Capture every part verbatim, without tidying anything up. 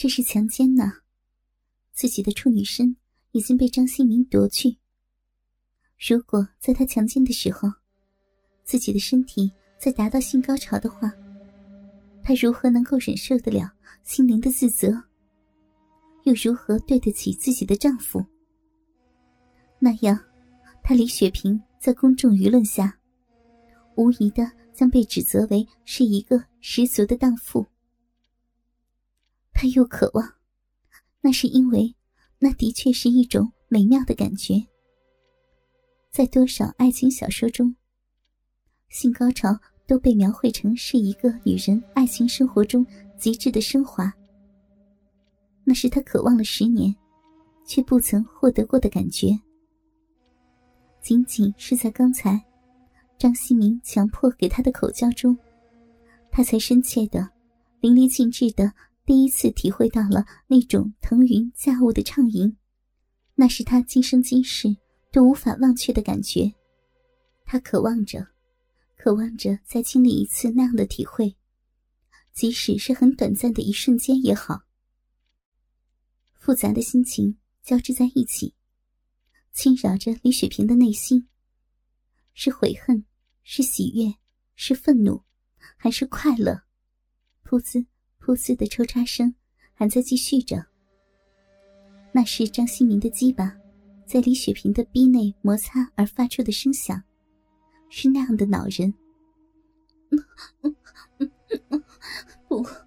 这是强奸呢，自己的处女身已经被张新民夺去。如果在他强奸的时候，自己的身体在达到性高潮的话，他如何能够忍受得了心灵的自责，又如何对得起自己的丈夫？那样，他李雪萍在公众舆论下，无疑的将被指责为是一个十足的荡妇。他又渴望，那是因为那的确是一种美妙的感觉。在多少爱情小说中，性高潮都被描绘成是一个女人爱情生活中极致的升华。那是他渴望了十年却不曾获得过的感觉。仅仅是在刚才张希明强迫给他的口交中，他才深切的淋漓尽致的第一次体会到了那种腾云驾雾的畅饮。那是他今生今世都无法忘却的感觉。他渴望着渴望着再经历一次那样的体会，即使是很短暂的一瞬间也好。复杂的心情交织在一起，侵扰着李雪萍的内心。是悔恨，是喜悦，是愤怒，还是快乐？噗呲噗呲的抽插声还在继续着。那是张新民的鸡巴在李雪萍的逼内摩擦而发出的声响，是那样的恼人。不不，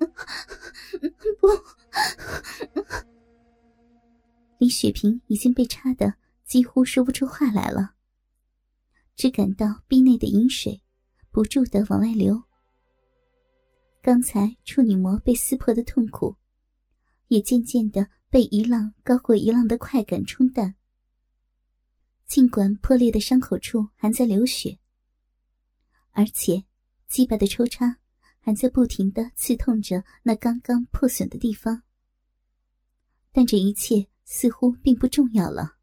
李雪萍已经被插得几乎说不出话来了，只感到逼内的饮水不住地往外流。刚才处女膜被撕破的痛苦，也渐渐地被一浪高过一浪的快感冲淡。尽管破裂的伤口处还在流血，而且鸡巴的抽插还在不停地刺痛着那刚刚破损的地方，但这一切似乎并不重要了。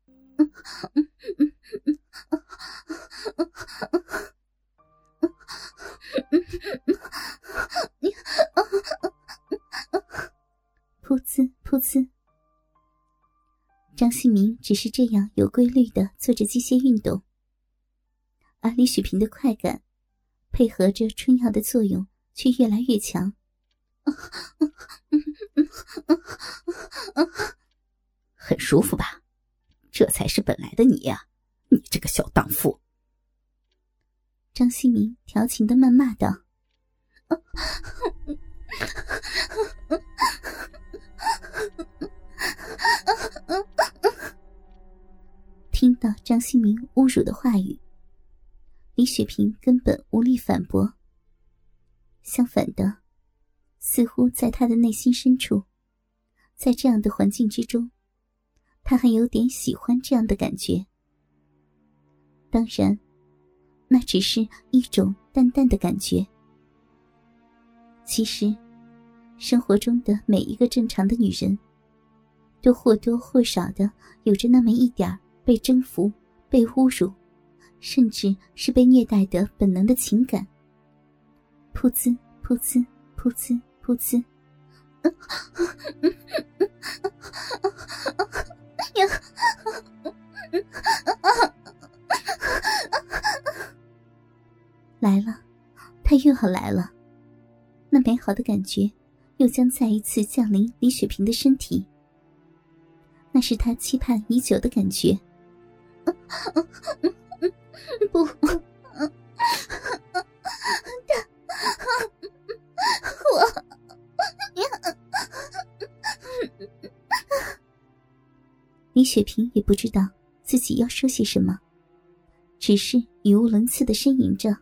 噗呲噗呲，张新民只是这样有规律地做着机械运动，而李雪萍的快感配合着春药的作用却越来越强。 很舒服吧？这才是本来的你呀、啊，你这个小荡妇！ 张新民调情地谩骂道。听到张新民侮辱的话语，李雪萍根本无力反驳。相反的，似乎在她的内心深处，在这样的环境之中，她还有点喜欢这样的感觉。当然，那只是一种淡淡的感觉。其实，生活中的每一个正常的女人，都或多或少的有着那么一点被征服、被侮辱，甚至是被虐待的本能的情感。噗呲噗呲噗呲噗呲，来了，他又要来了。那美好的感觉又将再一次降临李雪萍的身体。那是他期盼已久的感觉。不，我李雪萍也不知道自己要说些什么，只是语无伦次地呻吟着。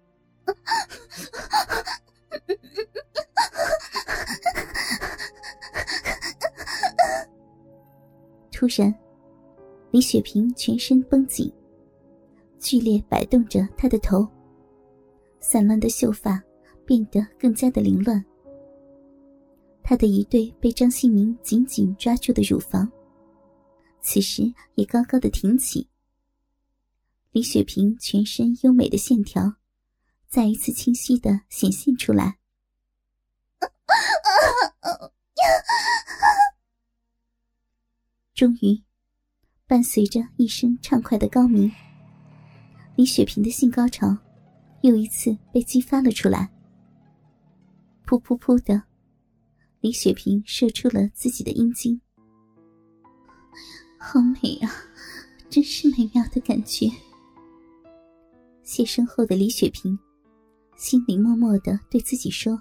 突然，李雪萍全身绷紧，剧烈摆动着她的头，散乱的秀发变得更加的凌乱。她的一对被张新民紧紧抓住的乳房，此时也高高的挺起。李雪萍全身优美的线条再一次清晰地显现出来。 终于，伴随着一声畅快的高鸣，李雪萍的性高潮又一次被激发了出来。噗噗噗的，李雪萍射出了自己的阴茎。好美啊，真是美妙的感觉。谢身后的李雪萍心里默默地对自己说。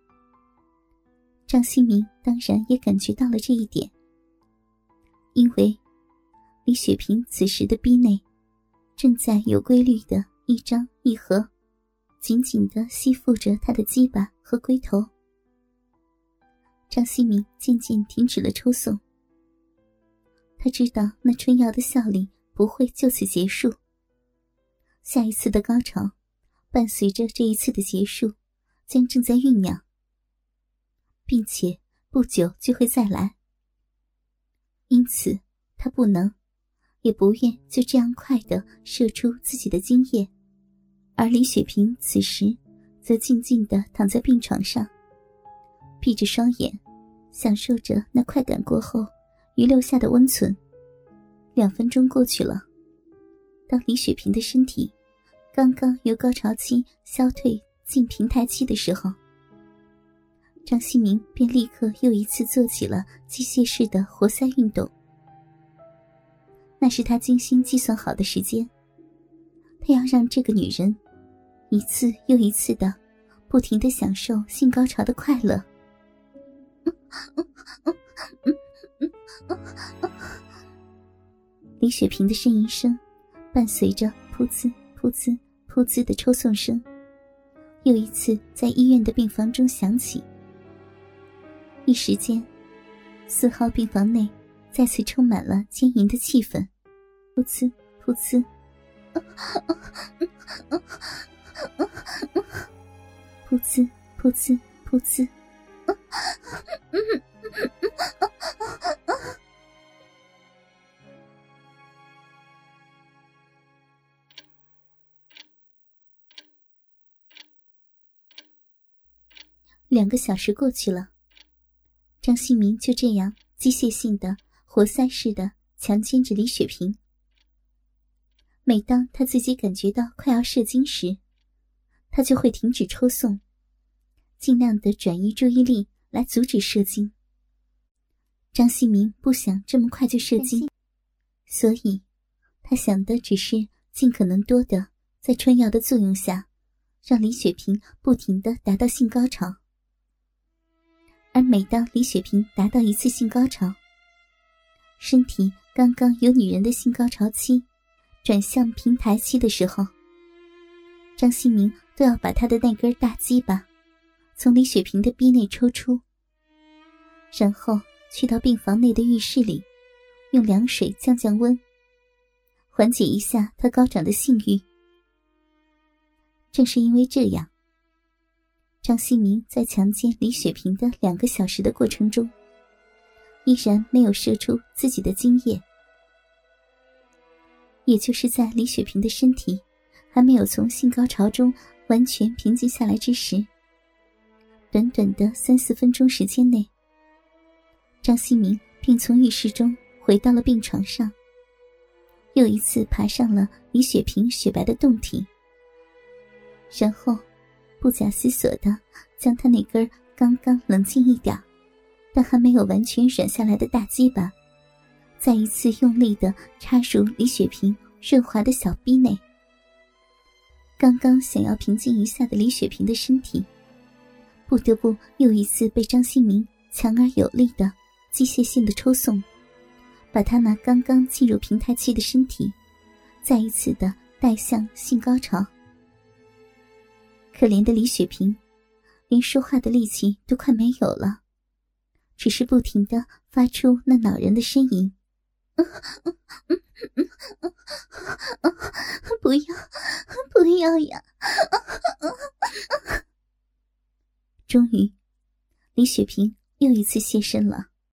张新明当然也感觉到了这一点，因为李雪萍此时的逼内正在有规律的一张一合，紧紧地吸附着他的鸡巴和龟头。张新明渐渐停止了抽送，他知道那春药的效力不会就此结束，下一次的高潮伴随着这一次的结束将正在酝酿，并且不久就会再来。因此他不能也不愿就这样快地射出自己的精液，而李雪萍此时则静静地躺在病床上，闭着双眼，享受着那快感过后遗留下的温存。两分钟过去了，当李雪萍的身体刚刚由高潮期消退进平台期的时候，张新明便立刻又一次做起了机械式的活塞运动。那是他精心计算好的时间，他要让这个女人一次又一次的不停地享受性高潮的快乐。李雪萍的呻吟声伴随着噗呲噗呲噗呲的抽送声，又一次在医院的病房中响起。一时间，四号病房内再次充满了奸淫的气氛。噗呲噗呲，噗呲噗呲噗呲。两个小时过去了，张新明就这样机械性的活塞式的强奸着李雪萍。每当他自己感觉到快要射精时，他就会停止抽送，尽量的转移注意力来阻止射精。张新明不想这么快就射精，所以他想的只是尽可能多的在春药的作用下让李雪萍不停地达到性高潮。而每当李雪萍达到一次性高潮，身体刚刚由女人的性高潮期转向平台期的时候，张新明都要把他的那根大鸡巴从李雪萍的逼内抽出，然后去到病房内的浴室里，用凉水降降温，缓解一下他高涨的性欲。正是因为这样，张新明在强奸李雪萍的两个小时的过程中，依然没有射出自己的精液。也就是在李雪萍的身体还没有从性高潮中完全平静下来之时，短短的三四分钟时间内，张新明便从浴室中回到了病床上，又一次爬上了李雪萍雪白的胴体，然后不假思索地将他那根刚刚冷静一点但还没有完全软下来的大鸡巴再一次用力地插入李雪萍润滑的小逼内。刚刚想要平静一下的李雪萍的身体不得不又一次被张新明强而有力的机械性的抽送，把他那刚刚进入平台期的身体再一次的带向性高潮。可怜的李雪萍连说话的力气都快没有了，只是不停地发出那恼人的呻吟。不要不要呀！终于李雪萍又一次现身了。